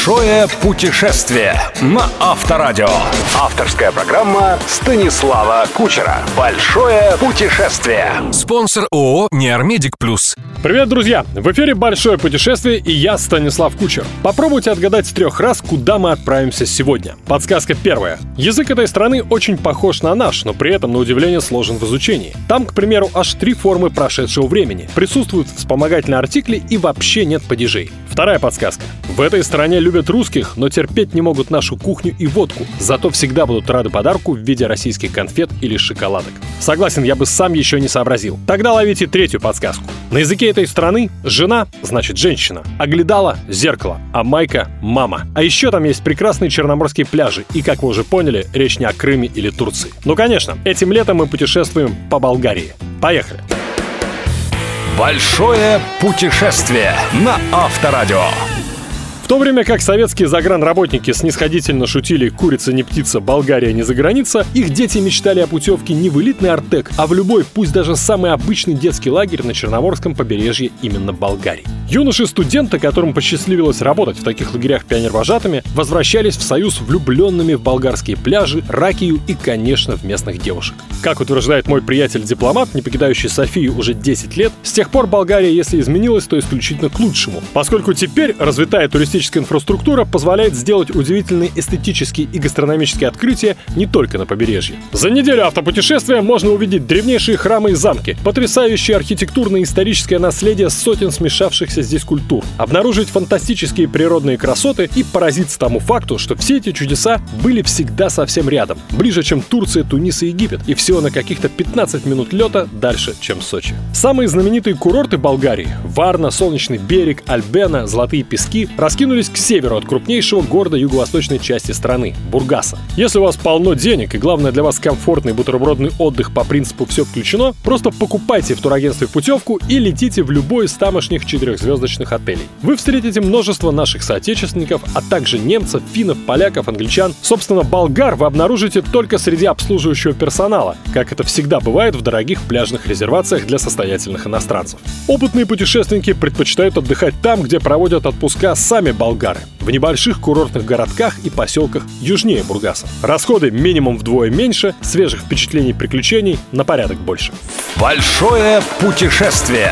Большое путешествие на Авторадио. Авторская программа Станислава Кучера. Большое путешествие. Спонсор ООО «Неармедик Плюс». Привет, друзья! В эфире «Большое путешествие» и я, Станислав Кучер. Попробуйте отгадать с 3 раз, куда мы отправимся сегодня. Подсказка первая. Язык этой страны очень похож на наш, но при этом, на удивление, сложен в изучении. Там, к примеру, аж 3 формы прошедшего времени. Присутствуют вспомогательные артикли и вообще нет падежей. Вторая подсказка. В этой стране любят русских, но терпеть не могут нашу кухню и водку. Зато всегда будут рады подарку в виде российских конфет или шоколадок. Согласен, я бы сам еще не сообразил. Тогда ловите третью подсказку. На языке этой страны жена значит женщина, оглядала — зеркало, а майка — мама. А еще там есть прекрасные черноморские пляжи, и, как вы уже поняли, речь не о Крыме или Турции. Ну, конечно, этим летом мы путешествуем по Болгарии. Поехали! Большое путешествие на Авторадио. В то время как советские загранработники снисходительно шутили «курица не птица, Болгария не за граница», их дети мечтали о путевке не в элитный Артек, а в любой, пусть даже самый обычный детский лагерь на Черноморском побережье именно Болгарии. Юноши-студенты, которым посчастливилось работать в таких лагерях пионервожатыми, возвращались в Союз влюбленными в болгарские пляжи, ракию и, конечно, в местных девушек. Как утверждает мой приятель-дипломат, не покидающий Софию уже 10 лет, с тех пор Болгария, если изменилась, то исключительно к лучшему, поскольку теперь развитая туристическая инфраструктура позволяет сделать удивительные эстетические и гастрономические открытия не только на побережье. За неделю автопутешествия можно увидеть древнейшие храмы и замки, потрясающее архитектурное и историческое наследие сотен смешавшихся здесь культур, обнаружить фантастические природные красоты и поразиться тому факту, что все эти чудеса были всегда совсем рядом, ближе, чем Турция, Тунис и Египет, и всего на каких-то 15 минут лета дальше, чем Сочи. Самые знаменитые курорты Болгарии — Варна, Солнечный берег, Альбена, Золотые пески — раскинулись к северу от крупнейшего города юго-восточной части страны — Бургаса. Если у вас полно денег и, главное, для вас комфортный бутербродный отдых по принципу «все включено», просто покупайте в турагентстве путевку и летите в любой из тамошних 4-звездочных отелей. Вы встретите множество наших соотечественников, а также немцев, финнов, поляков, англичан. Собственно, болгар вы обнаружите только среди обслуживающего персонала, как это всегда бывает в дорогих пляжных резервациях для состоятельных иностранцев. Опытные путешественники предпочитают отдыхать там, где проводят отпуска сами болгары, в небольших курортных городках и поселках южнее Бургаса. Расходы минимум вдвое меньше, свежих впечатлений и приключений на порядок больше. Большое путешествие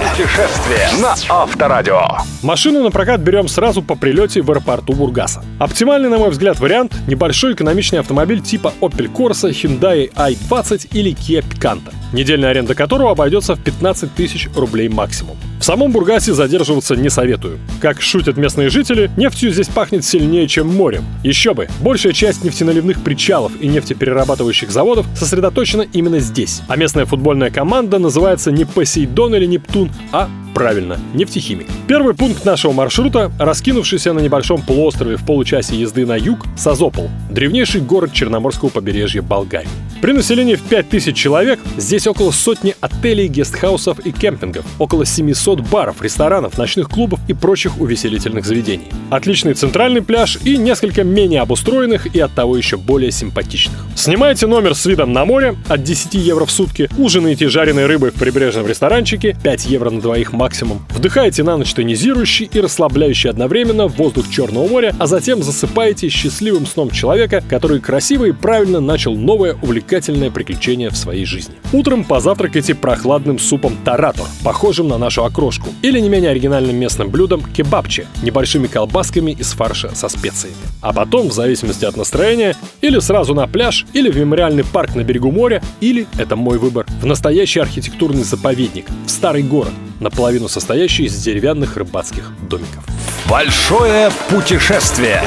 на Авторадио. Машину на прокат берем сразу по прилете в аэропорту Бургаса. Оптимальный, на мой взгляд, вариант — небольшой экономичный автомобиль типа Opel Corsa, Hyundai i20 или Kia Picanto, недельная аренда которого обойдется в 15 тысяч рублей максимум. В самом Бургасе задерживаться не советую. Как шутят местные жители, нефтью здесь пахнет сильнее, чем морем. Еще бы, большая часть нефтеналивных причалов и нефтеперерабатывающих заводов сосредоточена именно здесь. А местная футбольная команда называется не Посейдон или Нептун, а правильно, нефтехимик. Первый пункт нашего маршрута — раскинувшийся на небольшом полуострове в получасе езды на юг Созопол, древнейший город Черноморского побережья Болгарии. При населении в 5000 человек здесь около сотни отелей, гестхаусов и кемпингов, около 700 баров, ресторанов, ночных клубов и прочих увеселительных заведений. Отличный центральный пляж и несколько менее обустроенных и оттого еще более симпатичных. Снимайте номер с видом на море от 10 евро в сутки, ужинаете жареной рыбой в прибрежном ресторанчике 5 евро на двоих максимум, вдыхаете на ночь тонизирующий и расслабляющий одновременно воздух Черного моря, а затем засыпаете счастливым сном человека, который красиво и правильно начал новое увлекательное приключение в своей жизни. Утром позавтракайте прохладным супом таратор, похожим на нашу окрошку, или не менее оригинальным местным блюдом кебабче, небольшими колбасками из фарша со специями. А потом, в зависимости от настроения, или сразу на пляж, или в мемориальный парк на берегу моря, или, это мой выбор, в настоящий архитектурный заповедник, в старый город, наполовину состоящий из деревянных рыбацких домиков. Большое путешествие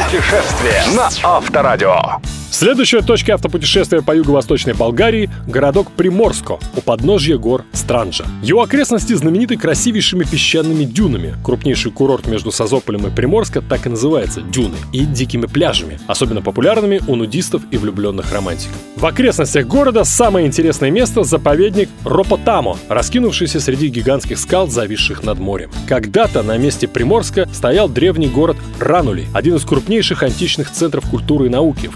на Авторадио. Следующая точка автопутешествия по юго-восточной Болгарии — городок Приморско у подножья гор Странджа. Его окрестности знамениты красивейшими песчаными дюнами. Крупнейший курорт между Созополем и Приморско так и называется — дюны, и дикими пляжами, особенно популярными у нудистов и влюбленных романтиков. В окрестностях города самое интересное место — заповедник Ропотамо, раскинувшийся среди гигантских скал, зависших над морем. Когда-то на месте Приморска стоял древний город Ранули, один из крупнейших античных центров культуры и науки, в котором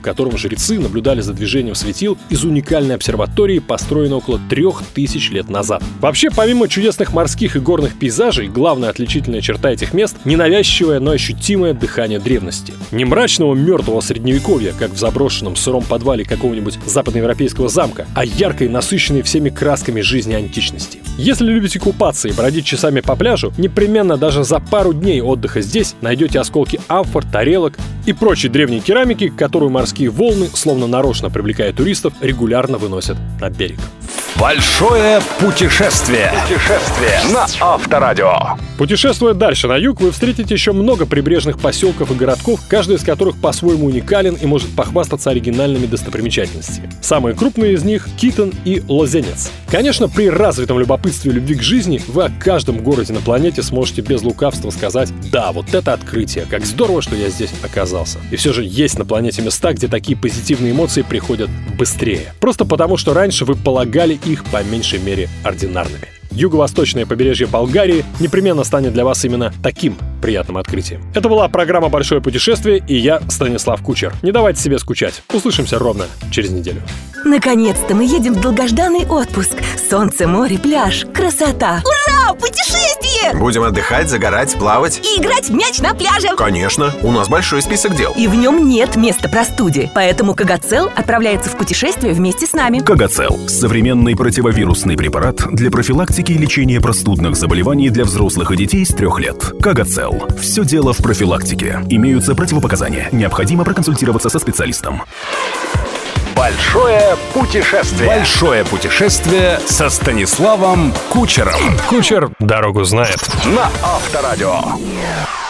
жрецы наблюдали за движением светил из уникальной обсерватории, построенной около 3000 лет назад. Вообще, помимо чудесных морских и горных пейзажей, главная отличительная черта этих мест — ненавязчивое, но ощутимое дыхание древности. Не мрачного мертвого средневековья, как в заброшенном сыром подвале какого-нибудь западноевропейского замка, а яркой, насыщенной всеми красками жизни античности. Если любите купаться и бродить часами по пляжу, непременно даже за пару дней отдыха здесь найдете осколки амфор, тарелок и прочей древней керамики, которую морские волны, словно нарочно привлекая туристов, регулярно выносят на берег. Большое путешествие. На Авторадио. Путешествуя дальше на юг, вы встретите еще много прибрежных поселков и городков, каждый из которых по-своему уникален и может похвастаться оригинальными достопримечательностями. Самые крупные из них — Китон и Лозенец. Конечно, при развитом любопытстве и любви к жизни вы о каждом городе на планете сможете без лукавства сказать: да, вот это открытие, как здорово, что я здесь оказался. И все же есть на планете места, где такие позитивные эмоции приходят быстрее. Просто потому, что раньше вы полагали их по меньшей мере ординарными. Юго-восточное побережье Болгарии непременно станет для вас именно таким приятным открытием. Это была программа «Большое путешествие», и я, Станислав Кучер. Не давайте себе скучать. Услышимся ровно через неделю. Наконец-то мы едем в долгожданный отпуск. Солнце, море, пляж, красота. Ура! Путешествие! Будем отдыхать, загорать, плавать. И играть в мяч на пляже. Конечно, у нас большой список дел. И в нем нет места простуде. Поэтому Когоцел отправляется в путешествие вместе с нами. Когоцел – современный противовирусный препарат для профилактики и лечения простудных заболеваний для взрослых и детей с 3 лет. Когоцел. Все дело в профилактике. Имеются противопоказания. Необходимо проконсультироваться со специалистом. Большое путешествие. Большое путешествие со Станиславом Кучером. Кучер дорогу знает. На Авторадио.